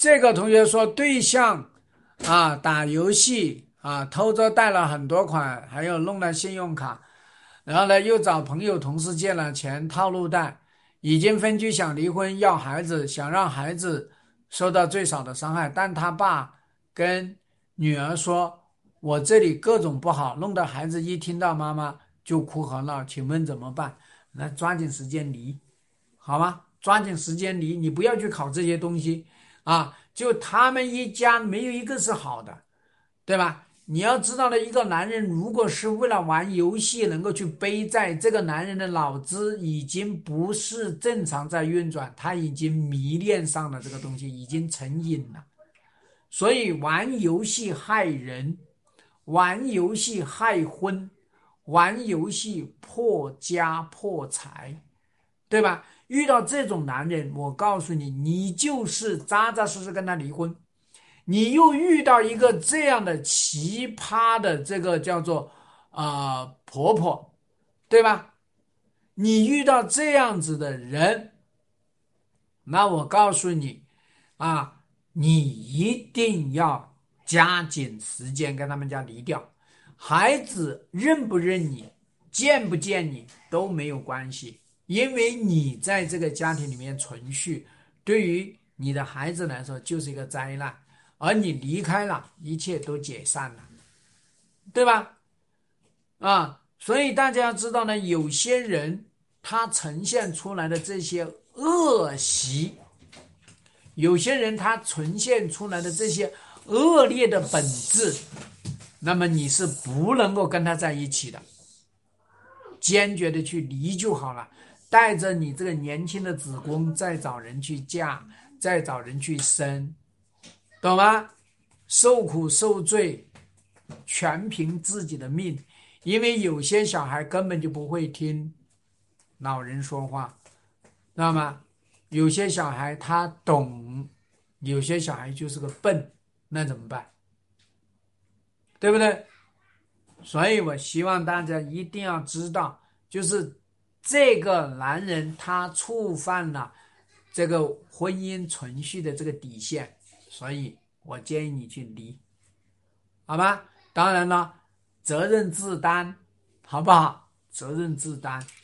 这个同学说对象打游戏偷着贷了很多款，还有弄了信用卡，然后呢又找朋友同事借了钱套路贷，已经分居想离婚要孩子，想让孩子受到最少的伤害，但他爸跟女儿说我这里各种不好，弄得孩子一听到妈妈就哭和闹，请问怎么办？那抓紧时间离，好吗？抓紧时间离，你不要去考这些东西就他们一家没有一个是好的，对吧？你要知道的，一个男人如果是为了玩游戏能够去背债，这个男人的脑子已经不是正常在运转，他已经迷恋上了这个东西，已经成瘾了。所以玩游戏害人，玩游戏害婚，玩游戏破家破财，对吧？遇到这种男人，我告诉你，你就是扎扎实实跟他离婚。你又遇到一个这样的奇葩的这个叫做婆婆，对吧？你遇到这样子的人，那我告诉你啊，你一定要加紧时间跟他们家离掉。孩子认不认你，见不见你都没有关系，因为你在这个家庭里面存续，对于你的孩子来说就是一个灾难，而你离开了，一切都解散了，对吧？所以大家要知道呢，有些人他呈现出来的这些恶习，有些人他呈现出来的这些恶劣的本质，那么你是不能够跟他在一起的，坚决的去离就好了。带着你这个年轻的子宫再找人去嫁，再找人去生，懂吗？受苦受罪，全凭自己的命。因为有些小孩根本就不会听老人说话，知道吗？有些小孩他懂，有些小孩就是个笨，那怎么办？对不对？所以我希望大家一定要知道，就是这个男人他触犯了这个婚姻存续的这个底线，所以我建议你去离，好吗？当然了，责任自担，好不好？责任自担。